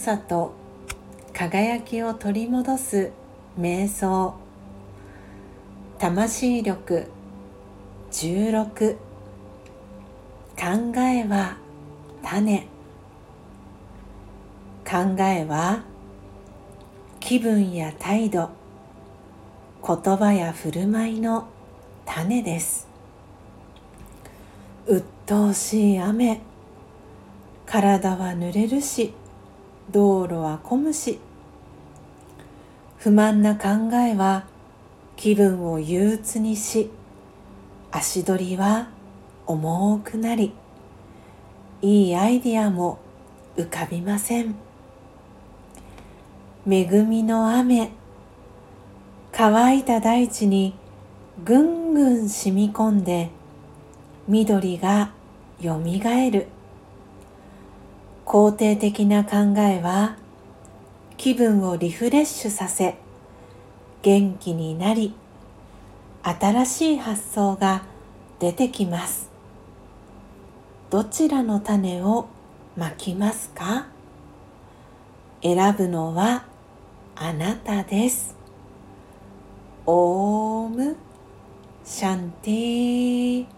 さと輝きを取り戻す瞑想。魂力16。考えは種。考えは気分や態度、言葉や振る舞いの種です。鬱陶しい雨、体は濡れるし、道路は混むし。不満な考えは気分を憂鬱にし、足取りは重くなり、いいアイディアも浮かびません。恵みの雨、乾いた大地にぐんぐん染み込んで緑がよみがえる。肯定的な考えは気分をリフレッシュさせ、元気になり、新しい発想が出てきます。どちらの種をまきますか？選ぶのはあなたです。オームシャンティー。